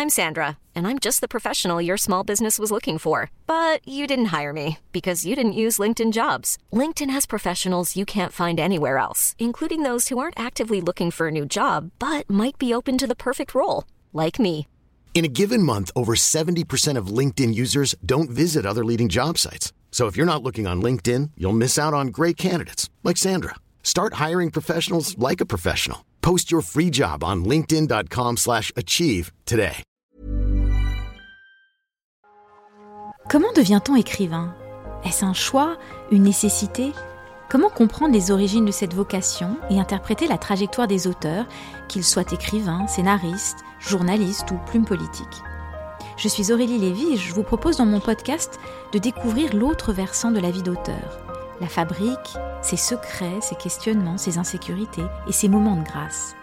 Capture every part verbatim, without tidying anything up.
I'm Sandra, and I'm just the professional your small business was looking for. But you didn't hire me because you didn't use LinkedIn Jobs. LinkedIn has professionals you can't find anywhere else, including those who aren't actively looking for a new job, but might be open to the perfect role, like me. In a given month, over seventy percent of LinkedIn users don't visit other leading job sites. So if you're not looking on LinkedIn, you'll miss out on great candidates like Sandra. Start hiring professionals like a professional. Post your free job on linkedin.com slash achieve today. Comment devient-on écrivain ? Est-ce un choix, une nécessité ? Comment comprendre les origines de cette vocation et interpréter la trajectoire des auteurs, qu'ils soient écrivains, scénaristes, journalistes ou plumes politiques ? Je suis Aurélie Lévy et je vous propose dans mon podcast de découvrir l'autre versant de la vie d'auteur. La fabrique, ses secrets, ses questionnements, ses insécurités et ses moments de grâce.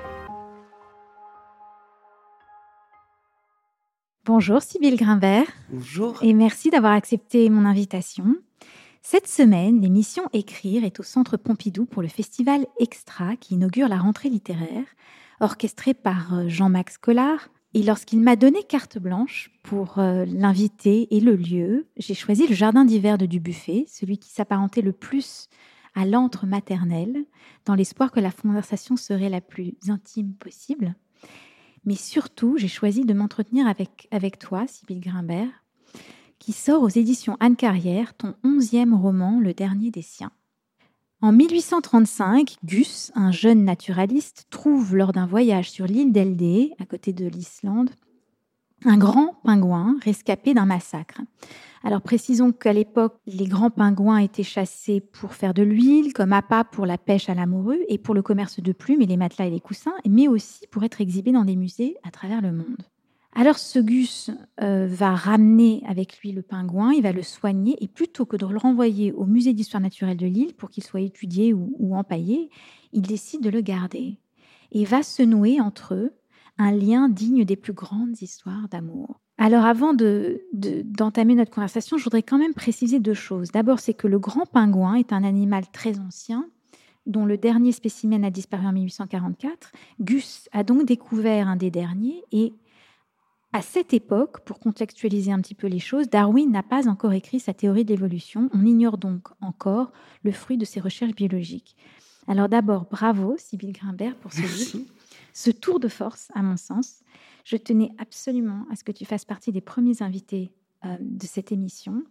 Bonjour Sybille Grimbert. Bonjour. Et merci d'avoir accepté mon invitation. Cette semaine, l'émission Écrire est au Centre Pompidou pour le festival Extra qui inaugure la rentrée littéraire, orchestré par Jean-Max Collard. Et lorsqu'il m'a donné carte blanche pour euh, l'inviter et le lieu, j'ai choisi le jardin d'hiver de Dubuffet, celui qui s'apparentait le plus à l'antre maternel, dans l'espoir que la conversation serait la plus intime possible. Mais surtout, j'ai choisi de m'entretenir avec, avec toi, Sybille Grimbert, qui sort aux éditions Anne Carrière ton onzième roman, Le dernier des siens. En mille huit cent trente-cinq, Gus, un jeune naturaliste, trouve lors d'un voyage sur l'île d'Eldé, à côté de l'Islande, un grand pingouin rescapé d'un massacre. Alors précisons qu'à l'époque, les grands pingouins étaient chassés pour faire de l'huile, comme appât pour la pêche à la morue et pour le commerce de plumes et les matelas et les coussins, mais aussi pour être exhibés dans des musées à travers le monde. Alors ce Gus euh, va ramener avec lui le pingouin, il va le soigner et plutôt que de le renvoyer au musée d'histoire naturelle de Lille pour qu'il soit étudié ou, ou empaillé, il décide de le garder. Et va se nouer entre eux un lien digne des plus grandes histoires d'amour. Alors avant de, de, d'entamer notre conversation, je voudrais quand même préciser deux choses. D'abord, c'est que le grand pingouin est un animal très ancien, dont le dernier spécimen a disparu en mille huit cent quarante-quatre. Gus a donc découvert un des derniers et à cette époque, pour contextualiser un petit peu les choses, Darwin n'a pas encore écrit sa théorie de l'évolution. On ignore donc encore le fruit de ses recherches biologiques. Alors d'abord, bravo Sybille Grimbert pour ce livre. Ce tour de force, à mon sens. Je tenais absolument à ce que tu fasses partie des premiers invités euh, de cette émission.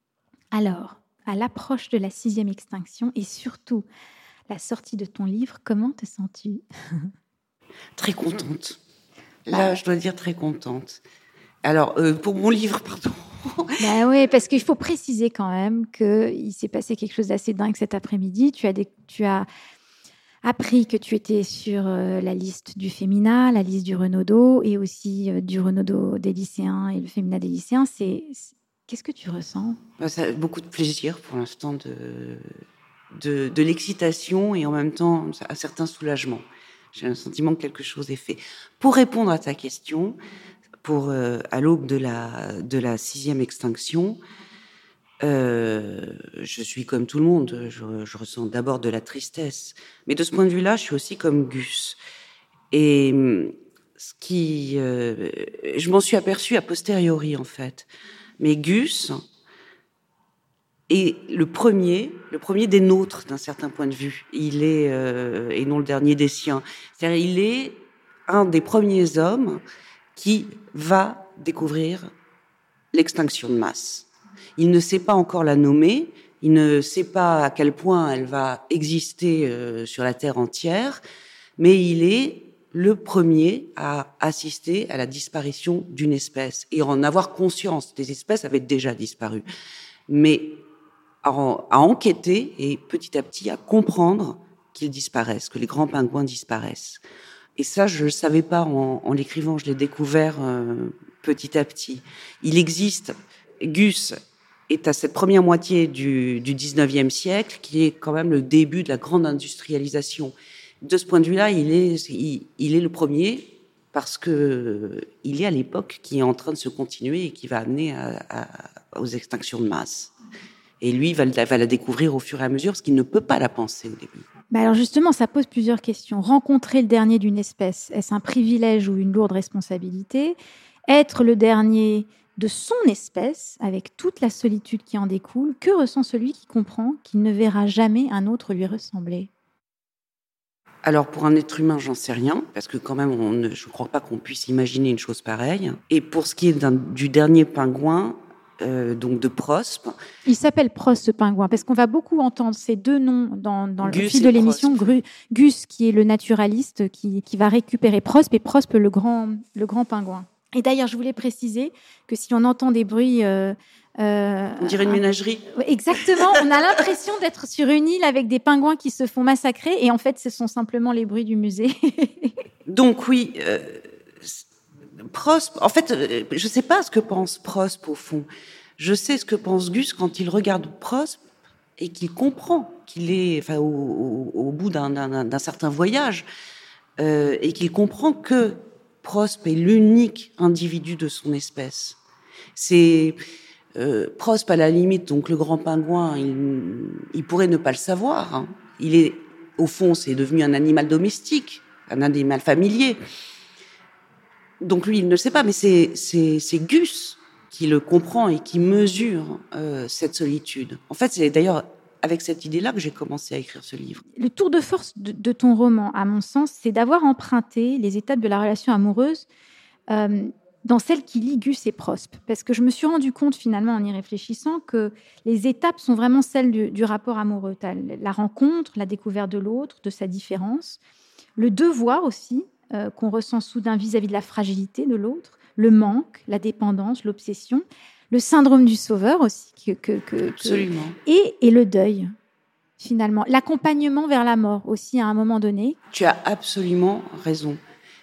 Alors, à l'approche de la sixième extinction et surtout la sortie de ton livre, comment te sens-tu ? Très contente. Là, je dois dire très contente. Alors, euh, pour mon livre, pardon. Bah oui, parce qu'il faut préciser quand même qu'il s'est passé quelque chose d'assez dingue cet après-midi. Tu as, des, tu as appris que tu étais sur euh, la liste du Fémina, la liste du Renaudot, et aussi euh, du Renaudot des lycéens et le Fémina des lycéens. C'est, c'est... Qu'est-ce que tu ressens ? Bah, ça a beaucoup de plaisir pour l'instant, de, de, de l'excitation et en même temps un certain soulagement. J'ai un sentiment que quelque chose est fait. Pour répondre à ta question, pour euh, à l'aube de la de la sixième extinction, euh, je suis comme tout le monde. Je, je ressens d'abord de la tristesse, mais de ce point de vue-là, je suis aussi comme Gus. Et ce qui, euh, je m'en suis aperçue a posteriori en fait. Mais Gus est le premier, le premier des nôtres d'un certain point de vue. Il est, euh, et non le dernier des siens. C'est-à-dire, il est un des premiers hommes qui va découvrir l'extinction de masse. Il ne sait pas encore la nommer, il ne sait pas à quel point elle va exister euh, sur la Terre entière, mais il est le premier à assister à la disparition d'une espèce et en avoir conscience. Des espèces avaient déjà disparu. Mais à, à enquêter et petit à petit à comprendre qu'ils disparaissent, que les grands pingouins disparaissent. Et ça, je ne le savais pas en, en l'écrivant, je l'ai découvert euh, petit à petit. Il existe, Gus est à cette première moitié du, du dix-neuvième siècle, qui est quand même le début de la grande industrialisation. De ce point de vue-là, il est, il, il est le premier, parce que il est à l'époque qui est en train de se continuer et qui va amener à, à, aux extinctions de masse. Et lui, va, va la découvrir au fur et à mesure, parce qu'il ne peut pas la penser au début. Bah alors justement, ça pose plusieurs questions. Rencontrer le dernier d'une espèce, est-ce un privilège ou une lourde responsabilité ? Être le dernier de son espèce, avec toute la solitude qui en découle, que ressent celui qui comprend qu'il ne verra jamais un autre lui ressembler ? Alors, pour un être humain, j'en sais rien, parce que quand même, on ne, je ne crois pas qu'on puisse imaginer une chose pareille. Et pour ce qui est d'un, du dernier pingouin, euh, donc de Prospe... Il s'appelle Prospe, ce pingouin, parce qu'on va beaucoup entendre ces deux noms dans, dans le fil de l'émission. Gru, Gus, qui est le naturaliste, qui, qui va récupérer Prospe, et Prospe, le grand, le grand pingouin. Et d'ailleurs, je voulais préciser que si on entend des bruits... Euh, Euh, on dirait une ménagerie. Exactement, on a l'impression d'être sur une île avec des pingouins qui se font massacrer et en fait ce sont simplement les bruits du musée. Donc oui, euh, Prospe, en fait, euh, je ne sais pas ce que pense Prospe au fond. Je sais ce que pense Gus quand il regarde Prospe et qu'il comprend qu'il est enfin, au, au, au bout d'un, d'un, d'un certain voyage euh, et qu'il comprend que Prospe est l'unique individu de son espèce. C'est... Euh, Prospe, à la limite, donc le grand pingouin, il, il pourrait ne pas le savoir. Hein. Il est, au fond, c'est devenu un animal domestique, un animal familier. Donc lui, il ne le sait pas, mais c'est, c'est, c'est Gus qui le comprend et qui mesure euh, cette solitude. En fait, c'est d'ailleurs avec cette idée-là que j'ai commencé à écrire ce livre. Le tour de force de, de ton roman, à mon sens, c'est d'avoir emprunté les étapes de la relation amoureuse euh, dans celle qui lie Gus et Prospe. Parce que je me suis rendu compte, finalement, en y réfléchissant, que les étapes sont vraiment celles du, du rapport amoureux. T'as la rencontre, la découverte de l'autre, de sa différence, le devoir aussi, euh, qu'on ressent soudain vis-à-vis de la fragilité de l'autre, le manque, la dépendance, l'obsession, le syndrome du sauveur aussi. Que, que, que, Absolument. Que, et, et le deuil, finalement. L'accompagnement vers la mort aussi, à un moment donné. Tu as absolument raison.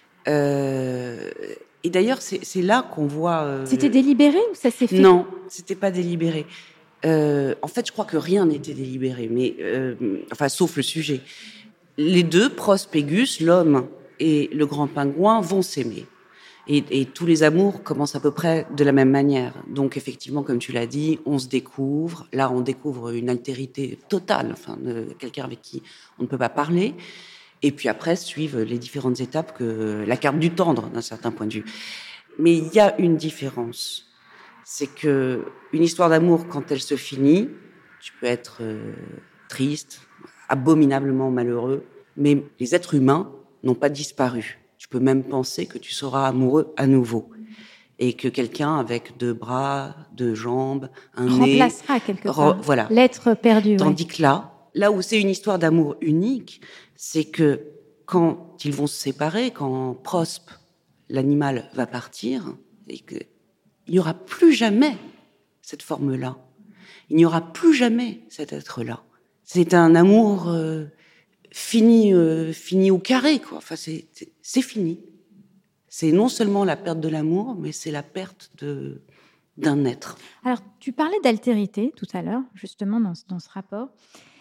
Euh... Et d'ailleurs, c'est, c'est là qu'on voit... Euh... C'était délibéré ou ça s'est fait ? Non, c'était pas délibéré. Euh, en fait, je crois que rien n'était délibéré, mais euh, enfin, sauf le sujet. Les deux, Prospe et Gus, l'homme et le grand pingouin, vont s'aimer. Et, et tous les amours commencent à peu près de la même manière. Donc, effectivement, comme tu l'as dit, on se découvre. Là, on découvre une altérité totale, enfin, de quelqu'un avec qui on ne peut pas parler. Et puis après, suivent les différentes étapes que la carte du tendre, d'un certain point de vue. Mais il y a une différence. C'est que une histoire d'amour, quand elle se finit, tu peux être euh, triste, abominablement malheureux, mais les êtres humains n'ont pas disparu. Tu peux même penser que tu seras amoureux à nouveau. Et que quelqu'un avec deux bras, deux jambes, un nez... remplacera quelque part. Re, voilà. L'être perdu. Tandis ouais. que là, là où c'est une histoire d'amour unique, c'est que quand ils vont se séparer, quand Prospe, l'animal, va partir, et que il n'y aura plus jamais cette forme-là. Il n'y aura plus jamais cet être-là. C'est un amour euh, fini, euh, fini au carré, quoi. Enfin, c'est, c'est, c'est fini. C'est non seulement la perte de l'amour, mais c'est la perte de, d'un être. Alors, tu parlais d'altérité tout à l'heure, justement, dans, dans ce rapport.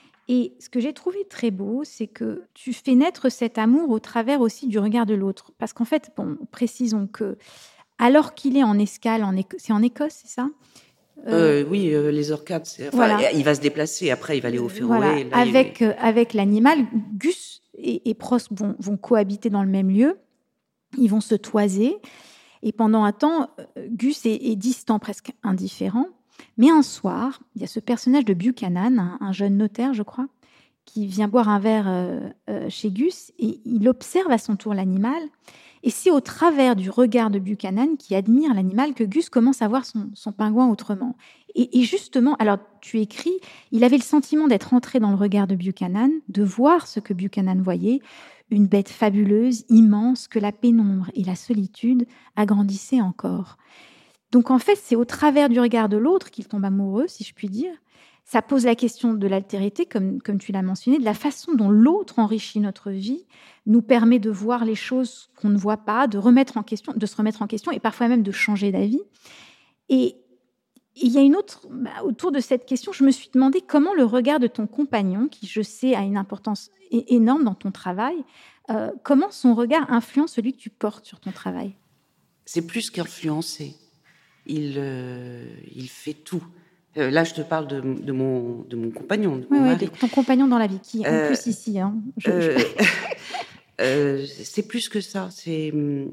Et ce que j'ai trouvé très beau, c'est que tu fais naître cet amour au travers aussi du regard de l'autre. Parce qu'en fait, bon, précisons que alors qu'il est en escale, en Éco- c'est en Écosse, c'est ça ? Euh, euh, oui, euh, les Orcades. C'est... Enfin, voilà. Il va se déplacer. Après, il va aller au Féroé. Voilà. Là, avec, il... euh, avec l'animal, Gus et, et Prospe vont, vont cohabiter dans le même lieu. Ils vont se toiser. Et pendant un temps, Gus est, est distant, presque indifférent. Mais un soir, il y a ce personnage de Buchanan, un, un jeune notaire, je crois, qui vient boire un verre euh, euh, chez Gus. Et il observe à son tour l'animal. Et c'est au travers du regard de Buchanan, qui admire l'animal, que Gus commence à voir son, son pingouin autrement. Et, et justement, alors tu écris, il avait le sentiment d'être entré dans le regard de Buchanan, de voir ce que Buchanan voyait, une bête fabuleuse, immense, que la pénombre et la solitude agrandissaient encore. Donc en fait, c'est au travers du regard de l'autre qu'il tombe amoureux, si je puis dire. Ça pose la question de l'altérité, comme, comme tu l'as mentionné, de la façon dont l'autre enrichit notre vie, nous permet de voir les choses qu'on ne voit pas, de, remettre en question, de se remettre en question et parfois même de changer d'avis. Et il y a une autre, bah, autour de cette question, je me suis demandé comment le regard de ton compagnon, qui je sais a une importance é- énorme dans ton travail, euh, comment son regard influence celui que tu portes sur ton travail ? C'est plus qu'influencer. Il, euh, il fait tout. Euh, là, je te parle de, de, mon, de mon compagnon, de oui, mon oui, mari. de ton compagnon dans la vie, qui Euh, en plus ici. Hein, je, euh, je... euh, c'est plus que ça. C'est,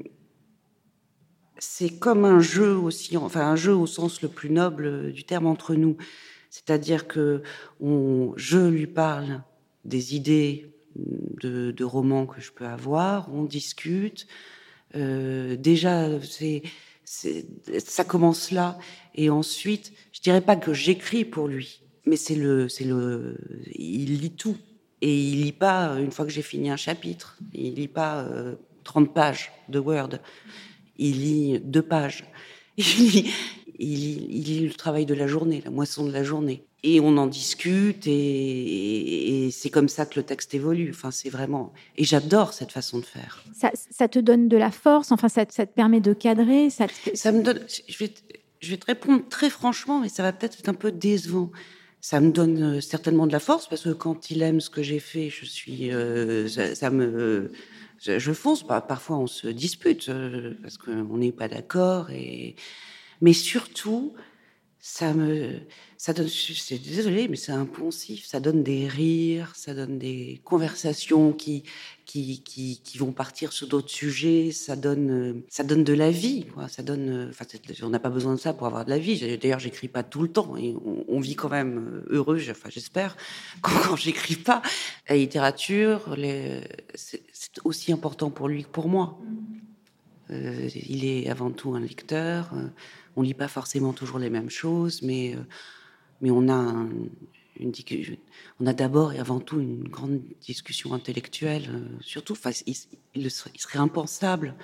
c'est comme un jeu aussi, enfin un jeu au sens le plus noble du terme entre nous. C'est-à-dire que on, je lui parle des idées de, de romans que je peux avoir, on discute. Euh, déjà, c'est, c'est, ça commence là. Et ensuite, je dirais pas que j'écris pour lui, mais c'est le, c'est le, il lit tout. Et il lit pas une fois que j'ai fini un chapitre. Il lit pas euh, trente pages de Word. Il lit deux pages. Il lit, il, lit, il lit le travail de la journée, la moisson de la journée. Et on en discute, et, et, et c'est comme ça que le texte évolue. Enfin, c'est vraiment... Et j'adore cette façon de faire. Ça, ça te donne de la force, enfin, ça, ça te permet de cadrer. Ça, te... ça me donne... Je vais, te, je vais te répondre très franchement, mais ça va peut-être être un peu décevant. Ça me donne certainement de la force, parce que quand il aime ce que j'ai fait, je suis... Euh, ça, ça me... Je, je fonce. Parfois, on se dispute, euh, parce qu'on n'est pas d'accord. Et... Mais surtout... Ça me, ça donne, je suis désolée, mais c'est impensif. Ça donne des rires, ça donne des conversations qui, qui, qui, qui vont partir sur d'autres sujets. Ça donne, ça donne de la vie, quoi. Ça donne, enfin, on n'a pas besoin de ça pour avoir de la vie. D'ailleurs, j'écris pas tout le temps et on, on vit quand même heureux. Enfin, j'espère quand, quand j'écris pas. La littérature, les, c'est, c'est aussi important pour lui que pour moi. Euh, il est avant tout un lecteur. Euh, on lit pas forcément toujours les mêmes choses, mais, euh, mais on a un, une, on a d'abord et avant tout une grande discussion intellectuelle. Euh, surtout, enfin, il, il, serait, il serait impensable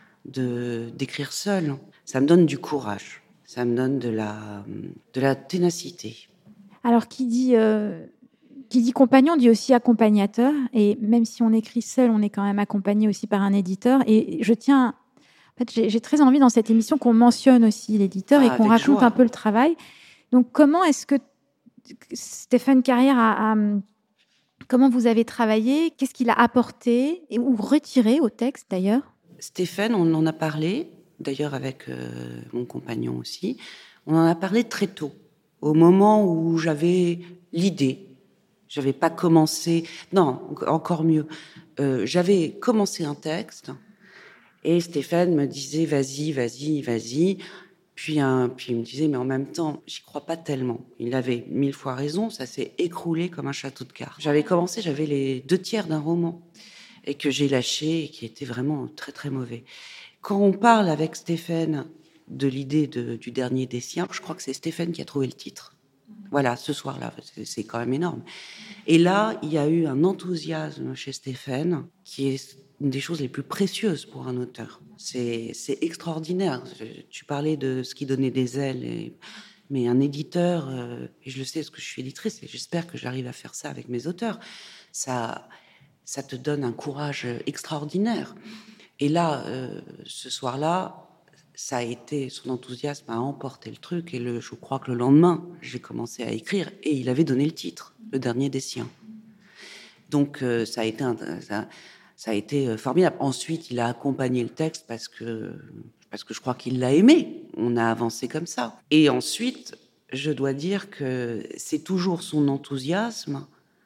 de, d'écrire seul. Ça me donne du courage. Ça me donne de la, de la ténacité. Alors, qui dit... Euh... Qui dit compagnon dit aussi accompagnateur, et même si on écrit seul, on est quand même accompagné aussi par un éditeur. Et je tiens, en fait, j'ai, j'ai très envie dans cette émission qu'on mentionne aussi l'éditeur ah, et qu'on raconte joie. un peu le travail. Donc, comment est-ce que Stéphane Carrière a, a comment vous avez travaillé? Qu'est-ce qu'il a apporté et, ou retiré au texte d'ailleurs? Stéphane, on en a parlé, d'ailleurs avec euh, mon compagnon aussi. On en a parlé très tôt, au moment où j'avais l'idée. J'avais pas commencé... Non, encore mieux. Euh, j'avais commencé un texte et Stéphane me disait « Vas-y, vas-y, vas-y ». Puis, un, puis il me disait « Mais en même temps, j'y crois pas tellement ». Il avait mille fois raison, ça s'est écroulé comme un château de cartes. J'avais commencé, j'avais les deux tiers d'un roman et que j'ai lâché et qui était vraiment très, très mauvais. Quand on parle avec Stéphane de l'idée de, du dernier des siens, je crois que c'est Stéphane qui a trouvé le titre. Voilà, ce soir-là, c'est quand même énorme. Et là, il y a eu un enthousiasme chez Stéphane qui est une des choses les plus précieuses pour un auteur. C'est, c'est extraordinaire. Tu parlais de ce qui donnait des ailes, et, mais un éditeur, euh, et je le sais parce que je suis éditrice, et j'espère que j'arrive à faire ça avec mes auteurs, ça, ça te donne un courage extraordinaire. Et là, euh, ce soir-là, ça a été, son enthousiasme a emporté le truc, et le, je crois que le lendemain, j'ai commencé à écrire, et il avait donné le titre, Le dernier des siens. Donc, euh, ça a été, un, ça, ça a été formidable. Ensuite, il a accompagné le texte parce que, parce que je crois qu'il l'a aimé. On a avancé comme ça. Et ensuite, je dois dire que c'est toujours son enthousiasme.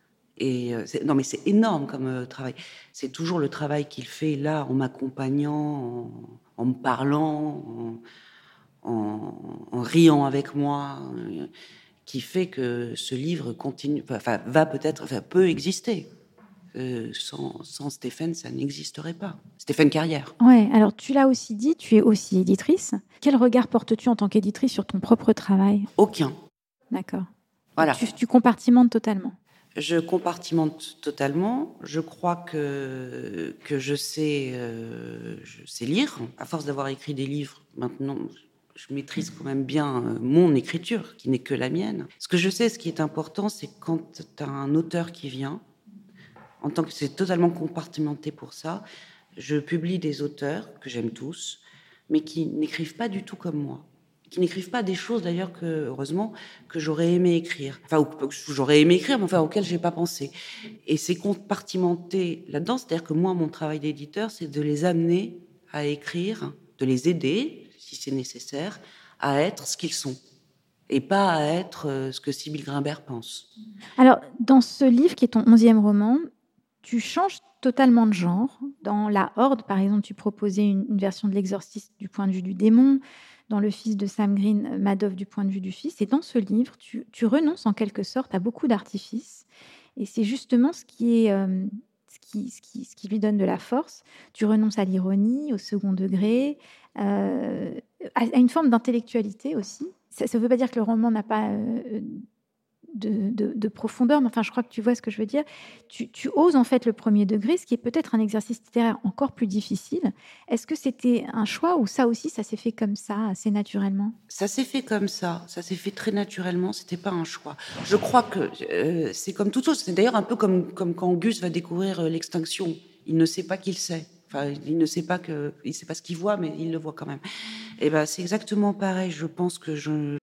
Et euh, c'est, non, mais c'est énorme comme euh, travail. C'est toujours le travail qu'il fait là, en m'accompagnant, en, en me parlant, en, en, en riant avec moi, euh, qui fait que ce livre continue, enfin, va peut-être, enfin, peut exister. Euh, sans, sans Stéphane, ça n'existerait pas. Stéphane Carrière. Ouais, alors tu l'as aussi dit, tu es aussi éditrice. Quel regard portes-tu en tant qu'éditrice sur ton propre travail? Aucun. D'accord. Voilà. Tu, tu compartimentes totalement. Je compartimente totalement. Je crois que, que je sais, euh, je sais lire. À force d'avoir écrit des livres, maintenant, je maîtrise quand même bien mon écriture, qui n'est que la mienne. Ce que je sais, ce qui est important, c'est quand tu as un auteur qui vient, en tant que c'est totalement compartimenté pour ça, je publie des auteurs que j'aime tous, mais qui n'écrivent pas du tout comme moi. Qui n'écrivent pas des choses, d'ailleurs, que, heureusement, que j'aurais aimé écrire. Enfin, ou, que j'aurais aimé écrire, mais enfin, auxquelles j'ai pas pensé. Et c'est compartimenté là-dedans, c'est-à-dire que moi, mon travail d'éditeur, c'est de les amener à écrire, de les aider, si c'est nécessaire, à être ce qu'ils sont. et pas à être euh, ce que Sybille Grimbert pense. Alors, dans ce livre, qui est ton onzième roman, tu changes totalement de genre. Dans La Horde, par exemple, tu proposais une, une version de l'exorciste du point de vue du démon. Dans Le Fils de Sam Green, Madoff du point de vue du fils. Et dans ce livre, tu, tu renonces en quelque sorte à beaucoup d'artifices. Et c'est justement ce qui est... euh, ce qui, ce, qui, ce qui lui donne de la force. Tu renonces à l'ironie, au second degré, euh, à, à une forme d'intellectualité aussi. Ça ne veut pas dire que le roman n'a pas euh, de, de, de profondeur, mais enfin, je crois que tu vois ce que je veux dire. Tu, tu oses en fait le premier degré, ce qui est peut-être un exercice littéraire encore plus difficile. Est-ce que c'était un choix ou ça aussi, ça s'est fait comme ça, assez naturellement ? Ça s'est fait comme ça, ça s'est fait très naturellement, c'était pas un choix. Je crois que euh, c'est comme toute chose, c'est d'ailleurs un peu comme, comme quand Gus va découvrir euh, l'extinction. Il ne sait pas qu'il sait. Enfin, il ne sait pas que, il sait pas ce qu'il voit, mais il le voit quand même. Et ben, c'est exactement pareil. Je pense que je.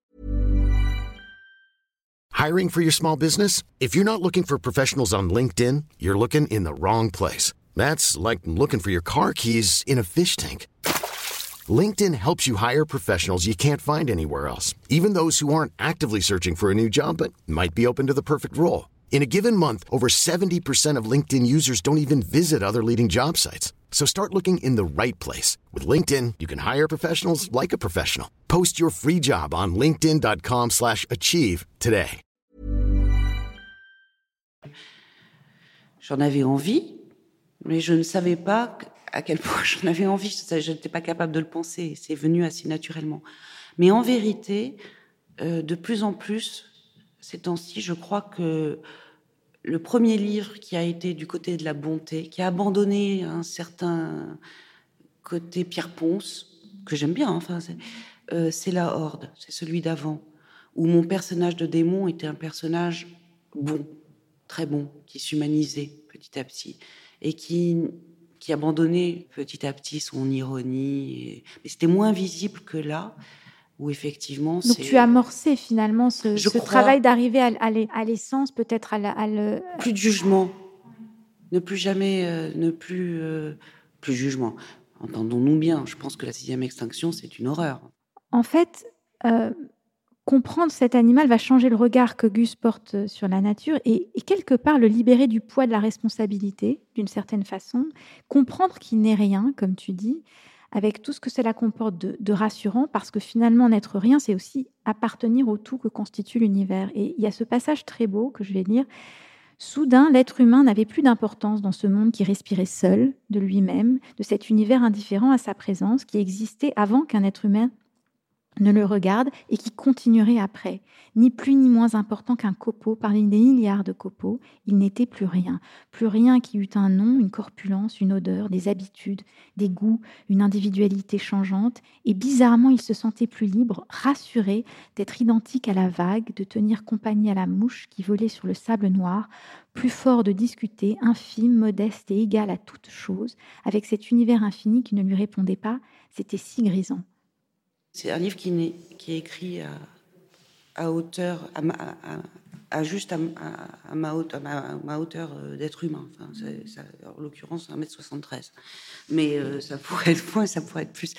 Hiring for your small business? If you're not looking for professionals on LinkedIn, you're looking in the wrong place. That's like looking for your car keys in a fish tank. LinkedIn helps you hire professionals you can't find anywhere else, even those who aren't actively searching for a new job but might be open to the perfect role. In a given month, over seventy percent of LinkedIn users don't even visit other leading job sites. So start looking in the right place. With LinkedIn, you can hire professionals like a professional. Post your free job on linkedin dot com slash achieve today. J'en avais envie, mais je ne savais pas à quel point j'en avais envie. Je n'étais pas capable de le penser. C'est venu assez naturellement. Mais en vérité, euh, de plus en plus, ces temps-ci, je crois que le premier livre qui a été du côté de la bonté, qui a abandonné un certain côté Pierre Ponce, que j'aime bien, enfin, c'est, euh, c'est La Horde, c'est celui d'avant, où mon personnage de démon était un personnage bon, très bon, qui s'humanisait petit à petit, et qui, qui abandonnait petit à petit son ironie. Et... Mais c'était moins visible que là, où effectivement... Donc c'est... tu as amorcé finalement ce, Je ce crois... travail d'arriver à, à, à l'essence, peut-être à, la, à le... Plus de jugement. Ne plus jamais... Euh, ne plus... Euh, plus de jugement. Entendons-nous bien, je pense que la sixième extinction, c'est une horreur. En fait... Euh... comprendre cet animal va changer le regard que Gus porte sur la nature et, et quelque part le libérer du poids de la responsabilité, d'une certaine façon. Comprendre qu'il n'est rien, comme tu dis, avec tout ce que cela comporte de, de rassurant, parce que finalement, n'être rien, c'est aussi appartenir au tout que constitue l'univers. Et il y a ce passage très beau que je vais lire. Soudain, l'être humain n'avait plus d'importance dans ce monde qui respirait seul de lui-même, de cet univers indifférent à sa présence, qui existait avant qu'un être humain ne le regarde et qui continuerait après. Ni plus ni moins important qu'un copeau, parmi des milliards de copeaux, il n'était plus rien. Plus rien qui eût un nom, une corpulence, une odeur, des habitudes, des goûts, une individualité changeante. Et bizarrement, il se sentait plus libre, rassuré d'être identique à la vague, de tenir compagnie à la mouche qui volait sur le sable noir, plus fort de discuter, infime, modeste et égal à toute chose, avec cet univers infini qui ne lui répondait pas. C'était si grisant. C'est un livre qui, n'est, qui est écrit à, à hauteur, à, ma, à, à juste à, à, à, ma, haute, à, ma, à ma hauteur d'être humain. Enfin, c'est, ça, en l'occurrence, un mètre soixante-treize. Mais euh, ça pourrait être moins, ça pourrait être plus.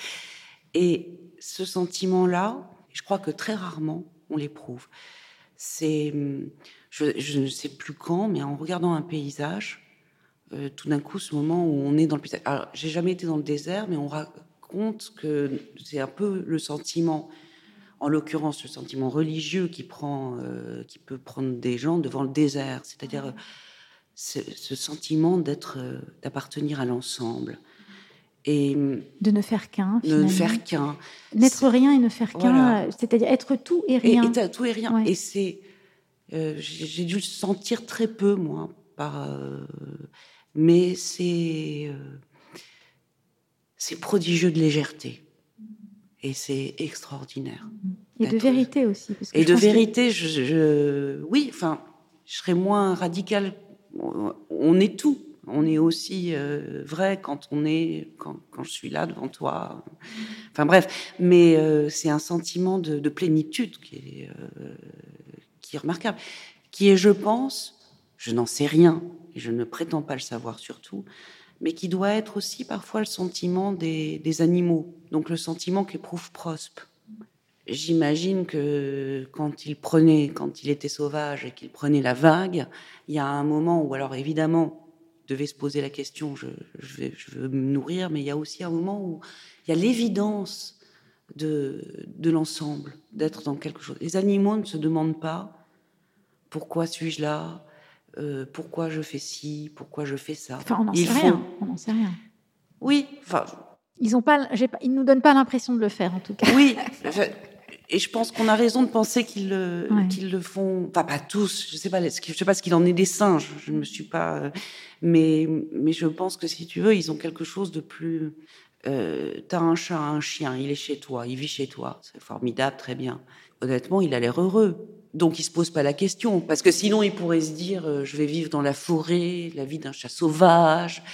Et ce sentiment-là, je crois que très rarement on l'éprouve. C'est, je, je ne sais plus quand, mais en regardant un paysage, euh, tout d'un coup, ce moment où on est dans le paysage. Alors, j'ai jamais été dans le désert, mais on raconte compte que c'est un peu le sentiment, en l'occurrence le sentiment religieux qui prend, euh, qui peut prendre des gens devant le désert, c'est-à-dire euh, ce, ce sentiment d'être, euh, d'appartenir à l'ensemble et de ne faire qu'un, de ne faire qu'un, n'être c'est... rien et ne faire qu'un, voilà. C'est-à-dire être tout et rien. Et, et tout et rien. Ouais. Et c'est, euh, j'ai, j'ai dû le sentir très peu moi, par, euh, mais c'est euh, c'est prodigieux de légèreté. Et c'est extraordinaire. Et de vérité aussi. Parce que et je de pense vérité, que... je, je, oui, enfin, je serais moins radicale. On est tout. On est aussi euh, vrai quand on est, quand, quand je suis là devant toi. Enfin bref, mais euh, c'est un sentiment de, de plénitude qui est, euh, qui est remarquable. Qui est, je pense, je n'en sais rien, et je ne prétends pas le savoir surtout, mais qui doit être aussi parfois le sentiment des, des animaux, donc le sentiment qu'éprouve Prospe. j'imagine que quand il prenait, quand il était sauvage et qu'il prenait la vague, il y a un moment où, alors évidemment, il devait se poser la question, je, je, vais, je veux me nourrir, mais il y a aussi un moment où il y a l'évidence de, de l'ensemble, d'être dans quelque chose. Les animaux ne se demandent pas pourquoi suis-je là, euh, pourquoi je fais ci, pourquoi je fais ça. Enfin, on n'en Ils sait font... rien. On n'en sait rien. Oui, enfin... Ils ont pas, j'ai pas, ils nous donnent pas l'impression de le faire, en tout cas. Oui, et je pense qu'on a raison de penser qu'ils le, Ouais. qu'ils le font. Enfin, pas tous. Je sais pas, je sais pas ce qu'il en est des singes. Je ne me suis pas, mais, mais je pense que si tu veux, ils ont quelque chose de plus. Euh, t'as un chat, un chien, il est chez toi, il vit chez toi, c'est formidable, très bien. Honnêtement, il a l'air heureux. Donc, il se pose pas la question, parce que sinon, il pourrait se dire, euh, je vais vivre dans la forêt, la vie d'un chat sauvage.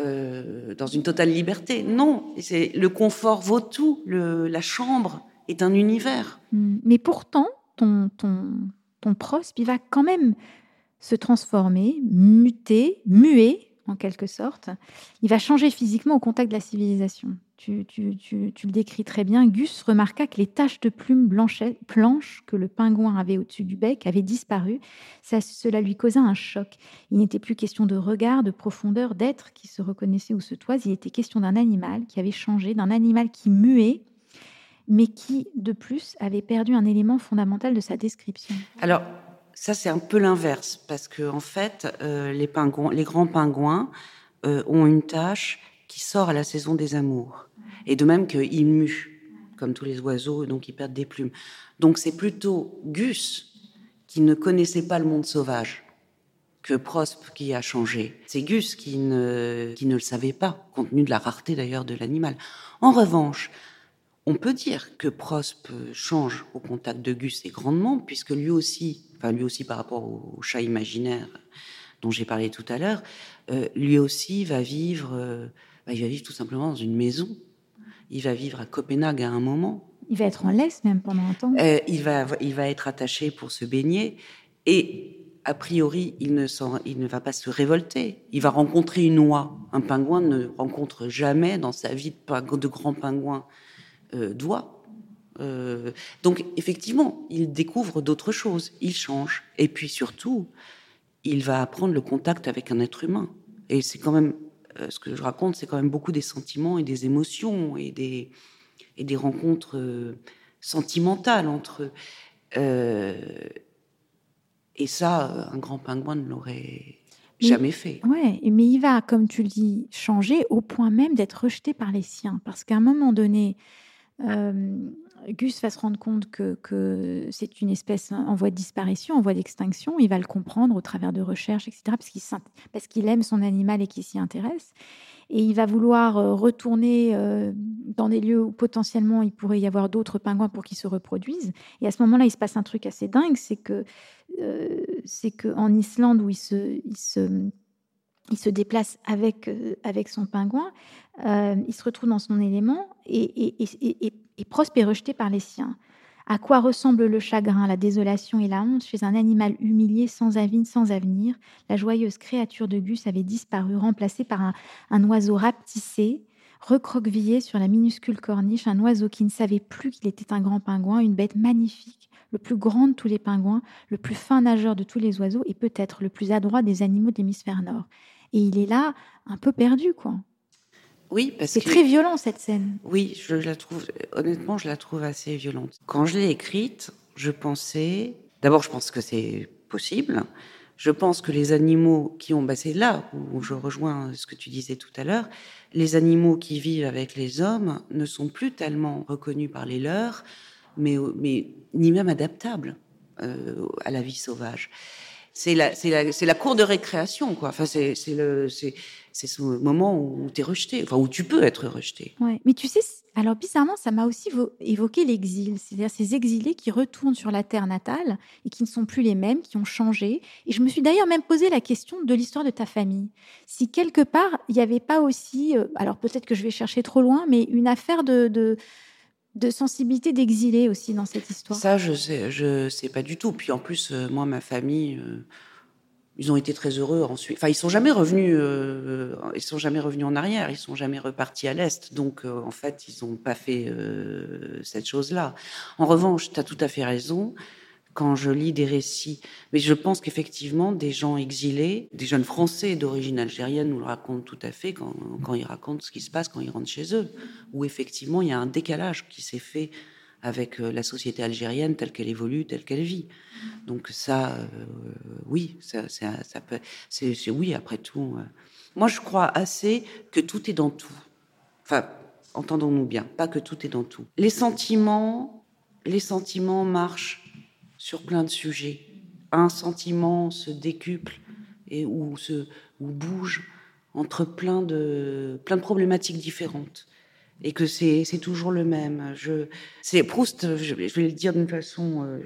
Euh, dans une totale liberté. Non, c'est, le confort vaut tout. Le, la chambre est un univers. Mais pourtant, ton, ton, ton prospe, il va quand même se transformer, muter, muer, en quelque sorte. Il va changer physiquement au contact de la civilisation. Tu, tu, tu, tu le décris très bien. Gus remarqua que les taches de plumes blanches que le pingouin avait au-dessus du bec avaient disparu. Ça, cela lui causa un choc. Il n'était plus question de regard, de profondeur, d'être qui se reconnaissait ou se toise. Il était question d'un animal qui avait changé, d'un animal qui muait, mais qui, de plus, avait perdu un élément fondamental de sa description. Alors, ça, c'est un peu l'inverse, parce que en fait, euh, les pingouins, les grands pingouins euh, ont une tache qui sort à la saison des amours. Et de même qu'ils muent, comme tous les oiseaux, donc ils perdent des plumes. Donc c'est plutôt Gus qui ne connaissait pas le monde sauvage que Prospe qui a changé. C'est Gus qui ne, qui ne le savait pas, compte tenu de la rareté d'ailleurs de l'animal. En revanche, on peut dire que Prospe change au contact de Gus et grandement, puisque lui aussi, enfin lui aussi par rapport au, au chat imaginaire dont j'ai parlé tout à l'heure, euh, lui aussi va vivre, euh, bah, il va vivre tout simplement dans une maison. Il va vivre à Copenhague à un moment. Il va être en laisse même pendant un temps. Euh, il va, il va être attaché pour se baigner et a priori, il ne, il ne va pas se révolter. Il va rencontrer une oie. Un pingouin ne rencontre jamais dans sa vie de, de grand pingouin euh, d'oie. Euh, donc effectivement, il découvre d'autres choses. Il change. Et puis surtout, il va apprendre le contact avec un être humain. Et c'est quand même, euh, ce que je raconte, c'est quand même beaucoup des sentiments et des émotions et des, et des rencontres euh, sentimentales entre eux. Euh, et ça, un grand pingouin ne l'aurait mais, jamais fait. Ouais, mais il va, comme tu le dis, changer au point même d'être rejeté par les siens. Parce qu'à un moment donné, euh, Gus va se rendre compte que, que c'est une espèce en voie de disparition, en voie d'extinction. Il va le comprendre au travers de recherches, et cetera, parce qu'il, parce qu'il aime son animal et qu'il s'y intéresse. Et il va vouloir retourner dans des lieux où potentiellement il pourrait y avoir d'autres pingouins pour qu'ils se reproduisent. Et à ce moment-là, il se passe un truc assez dingue, c'est que euh, c'est qu'en Islande, où il se, il se, il se déplace avec, euh, avec son pingouin, euh, il se retrouve dans son élément et, et, et, et, et Prospe est rejeté par les siens. À quoi ressemble le chagrin, la désolation et la honte chez un animal humilié, sans avis, sans avenir? La joyeuse créature de Gus avait disparu, remplacée par un, un oiseau rapetissé, recroquevillé sur la minuscule corniche, un oiseau qui ne savait plus qu'il était un grand pingouin, une bête magnifique, le plus grand de tous les pingouins, le plus fin nageur de tous les oiseaux et peut-être le plus adroit des animaux de l'hémisphère nord. Et il est là, un peu perdu, quoi. Oui, parce c'est que, très violent, cette scène. Oui, je la trouve, honnêtement, je la trouve assez violente. Quand je l'ai écrite, je pensais, d'abord, je pense que c'est possible. Je pense que les animaux qui ont, bah, c'est là où je rejoins ce que tu disais tout à l'heure, les animaux qui vivent avec les hommes ne sont plus tellement reconnus par les leurs, mais, mais ni même adaptables euh, à la vie sauvage. C'est la, c'est la, c'est la cour de récréation, quoi. Enfin, c'est, c'est le, c'est, c'est ce moment où tu es rejeté, enfin, où tu peux être rejeté. Ouais. Mais tu sais, alors bizarrement, ça m'a aussi évoqué l'exil, c'est-à-dire ces exilés qui retournent sur la terre natale et qui ne sont plus les mêmes, qui ont changé. Et je me suis d'ailleurs même posé la question de l'histoire de ta famille. Si quelque part, il n'y avait pas aussi, euh, alors peut-être que je vais chercher trop loin, mais une affaire de... de de sensibilité d'exilé aussi dans cette histoire. Ça, je sais, je sais pas du tout. Puis en plus, euh, moi, ma famille, euh, Ils ont été très heureux ensuite. Enfin, ils sont jamais revenus. Euh, ils sont jamais revenus en arrière. Ils sont jamais repartis à l'est. Donc, euh, en fait, ils n'ont pas fait euh, cette chose-là. En revanche, tu as tout à fait raison. Quand je lis des récits, mais je pense qu'effectivement, des gens exilés, des jeunes Français d'origine algérienne nous le racontent tout à fait quand, quand ils racontent ce qui se passe quand ils rentrent chez eux, où effectivement, il y a un décalage qui s'est fait avec la société algérienne telle qu'elle évolue, telle qu'elle vit. Donc ça, euh, oui, ça, ça, ça peut, c'est, c'est oui. Après tout, euh, moi, je crois assez que tout est dans tout. Enfin, entendons-nous bien, pas que tout est dans tout. Les sentiments, les sentiments marchent sur plein de sujets. Un sentiment se décuple et ou se ou bouge entre plein de plein de problématiques différentes. Et que c'est c'est toujours le même. Je c'est Proust. Je, je vais le dire d'une façon. Euh,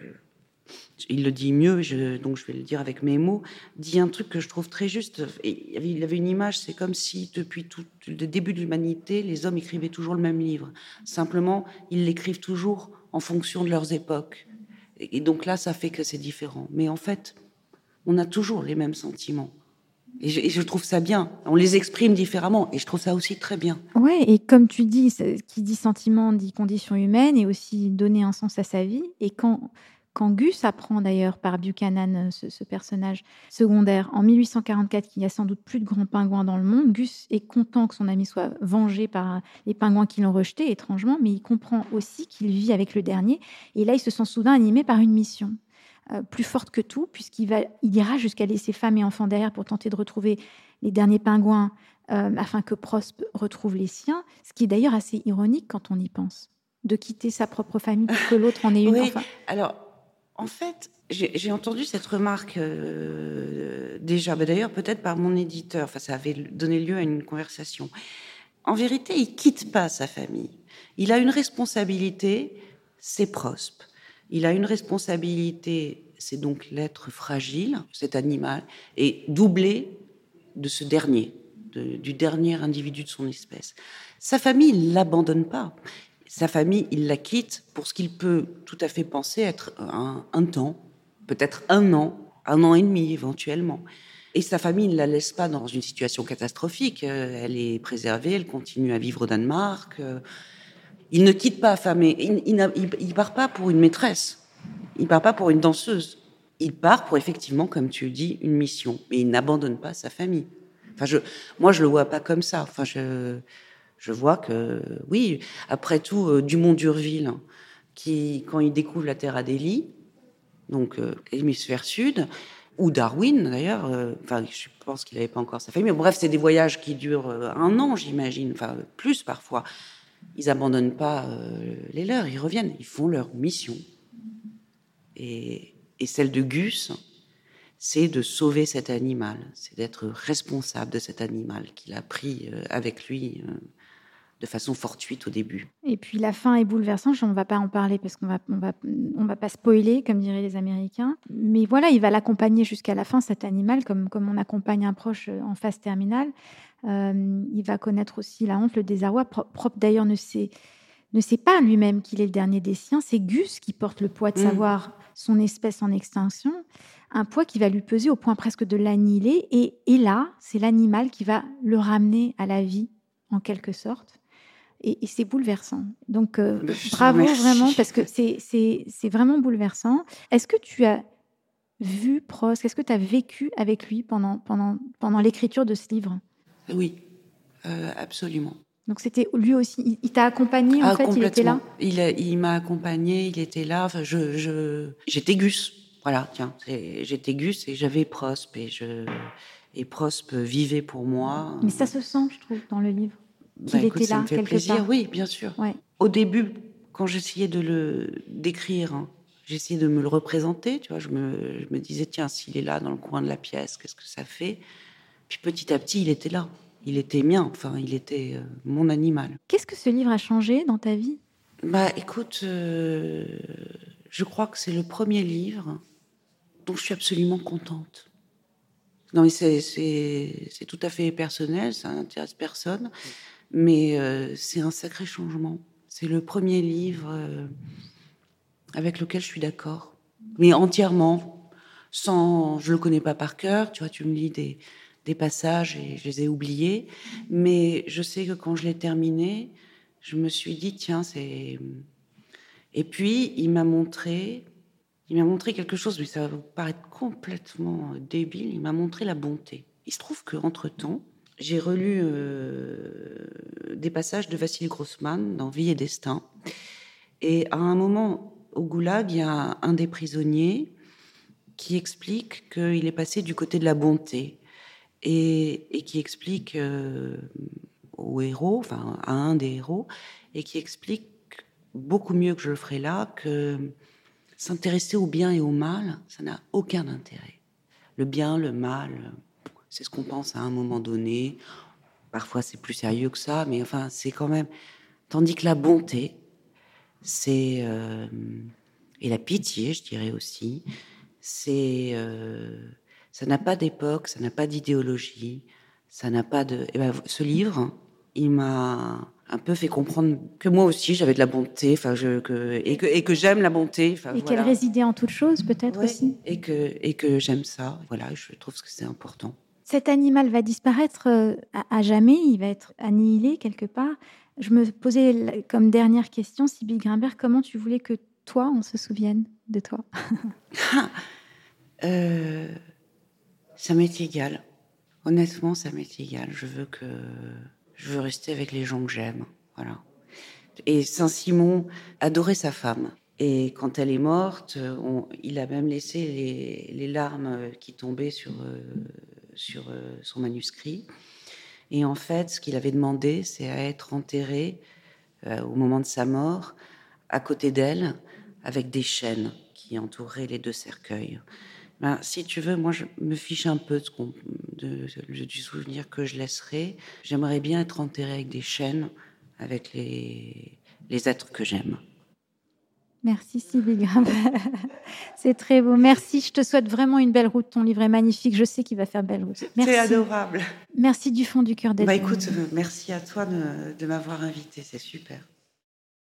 il le dit mieux, je, donc je vais le dire avec mes mots. Dit un truc que je trouve très juste. Et il avait une image. C'est comme si depuis tout le début de l'humanité, les hommes écrivaient toujours le même livre. Simplement, ils l'écrivent toujours en fonction de leurs époques. Et donc là, ça fait que c'est différent. Mais en fait, on a toujours les mêmes sentiments. Et je, et je trouve ça bien. On les exprime différemment. Et je trouve ça aussi très bien. Ouais, et comme tu dis, qui dit sentiment dit condition humaine et aussi donner un sens à sa vie. Et quand, quand Gus apprend d'ailleurs par Buchanan, ce, ce personnage secondaire, en mille huit cent quarante-quatre, qu'il n'y a sans doute plus de grands pingouins dans le monde, Gus est content que son ami soit vengé par les pingouins qui l'ont rejeté, étrangement, mais il comprend aussi qu'il vit avec le dernier. Et là, il se sent soudain animé par une mission. Euh, plus forte que tout, puisqu'il va, il ira jusqu'à laisser femmes et enfants derrière pour tenter de retrouver les derniers pingouins euh, afin que Prost retrouve les siens, ce qui est d'ailleurs assez ironique quand on y pense, de quitter sa propre famille pour que l'autre en ait une. Oui, enfin... alors, en fait, j'ai, j'ai entendu cette remarque euh, déjà, bah d'ailleurs peut-être par mon éditeur, enfin ça avait donné lieu à une conversation. En vérité, il quitte pas sa famille. Il a une responsabilité, c'est Prost. Il a une responsabilité, c'est donc l'être fragile, cet animal, et doublé de ce dernier, de, du dernier individu de son espèce. Sa famille, il ne l'abandonne pas. Sa famille, il la quitte pour ce qu'il peut tout à fait penser être un, un temps, peut-être un an, un an et demi éventuellement. Et sa famille ne la laisse pas dans une situation catastrophique. Elle est préservée, elle continue à vivre au Danemark. Il ne quitte pas affamé. Il, il, il, il part pas pour une maîtresse. Il part pas pour une danseuse. Il part pour effectivement, comme tu dis, une mission. Mais il n'abandonne pas sa famille. Enfin, je, moi, je le vois pas comme ça. Enfin, je, je vois que, oui, après tout, euh, Dumont d'Urville, qui, quand il découvre la Terre Adélie, donc euh, l'hémisphère sud, ou Darwin d'ailleurs, euh, enfin, je pense qu'il n'avait pas encore sa famille. Mais bref, c'est des voyages qui durent euh, un an, j'imagine, enfin plus parfois. Ils abandonnent pas euh, les leurs, ils reviennent, ils font leur mission. Et, et celle de Gus, c'est de sauver cet animal, c'est d'être responsable de cet animal qu'il a pris euh, avec lui euh, de façon fortuite au début. Et puis la fin est bouleversante, on ne va pas en parler parce qu'on va, on va, on va pas spoiler, comme diraient les Américains. Mais voilà, il va l'accompagner jusqu'à la fin, cet animal, comme, comme on accompagne un proche en phase terminale. Euh, il va connaître aussi la honte, le désarroi. Prost d'ailleurs ne sait, ne sait pas lui-même qu'il est le dernier des siens. C'est Gus qui porte le poids de mmh. savoir son espèce en extinction, un poids qui va lui peser au point presque de l'annihiler. Et, et là, c'est l'animal qui va le ramener à la vie, en quelque sorte. Et, et c'est bouleversant. Donc, euh, bravo merci. Vraiment, parce que c'est, c'est, c'est vraiment bouleversant. Est-ce que tu as vu Prost, est-ce que tu as vécu avec lui pendant, pendant, pendant l'écriture de ce livre ? Oui, euh, absolument. Donc, c'était lui aussi, il, il t'a accompagné, en ah, fait, il était là ? Il, a, il m'a accompagné, il était là. Enfin, je, je, j'étais Gus. Voilà, tiens, c'est, j'étais Gus et j'avais Prost. Et, je, et Prost vivait pour moi. Mais ça se sent, je trouve, dans le livre. Qu'il bah, écoute, était là, ça me fait quelque plaisir, part. Oui, bien sûr. Ouais. Au début, quand j'essayais de le d'écrire, hein, j'essayais de me le représenter. Tu vois, je me, je me disais, tiens, s'il est là dans le coin de la pièce, qu'est-ce que ça fait ? Puis petit à petit, il était là. Il était mien. Enfin, il était euh, mon animal. Qu'est-ce que ce livre a changé dans ta vie ? Bah, écoute, euh, je crois que c'est le premier livre dont je suis absolument contente. Non, mais c'est, c'est, c'est tout à fait personnel, ça n'intéresse personne, mais euh, c'est un sacré changement. C'est le premier livre euh, avec lequel je suis d'accord, mais entièrement. sans, je le connais pas par cœur. Tu vois, tu me lis des, des passages et je les ai oubliés. Mais je sais que quand je l'ai terminé, je me suis dit, tiens, c'est... Et puis, il m'a montré, il m'a montré quelque chose, mais ça va vous paraître complètement débile. Il m'a montré la bonté. Il se trouve qu'entre-temps, j'ai relu euh, des passages de Vassili Grossman dans Vie et Destin. Et à un moment, au Goulag, il y a un des prisonniers qui explique qu'il est passé du côté de la bonté. Et, et qui explique euh, au héros, enfin à un des héros, et qui explique beaucoup mieux que je le ferai là, que s'intéresser au bien et au mal, ça n'a aucun intérêt. Le bien, le mal, c'est ce qu'on pense à un moment donné. Parfois, c'est plus sérieux que ça, mais enfin, c'est quand même... Tandis que la bonté, c'est... Euh, et la pitié, je dirais aussi, c'est... Euh, ça n'a pas d'époque, ça n'a pas d'idéologie, ça n'a pas de... Et ben, ce livre, il m'a un peu fait comprendre que moi aussi, j'avais de la bonté, enfin, je, que, et, que, et que j'aime la bonté. Et voilà. Qu'elle résidait en toute chose, peut-être ouais, aussi. Et que, et que j'aime ça. Voilà, je trouve que c'est important. Cet animal va disparaître à, à jamais, il va être annihilé quelque part. Je me posais comme dernière question, Sybille Grimbert, comment tu voulais que toi, on se souvienne de toi? euh, Ça m'est égal. Honnêtement, ça m'est égal. Je veux que... Je veux rester avec les gens que j'aime, voilà. Et Saint-Simon adorait sa femme. Et quand elle est morte, on, il a même laissé les, les larmes qui tombaient sur, euh, sur euh, son manuscrit. Et en fait, ce qu'il avait demandé, c'est à être enterré euh, au moment de sa mort, à côté d'elle, avec des chaînes qui entouraient les deux cercueils. Ben, si tu veux, moi, je me fiche un peu de ce qu'on, de, de, du souvenir que je laisserai. J'aimerais bien être enterrée avec des chaînes, avec les, les êtres que j'aime. Merci Sybille Grimbert. C'est très beau. Merci. Je te souhaite vraiment une belle route. Ton livre est magnifique. Je sais qu'il va faire belle route. Merci. C'est adorable. Merci du fond du cœur d'être Bah écoute, merci à toi de, de m'avoir invitée. C'est super.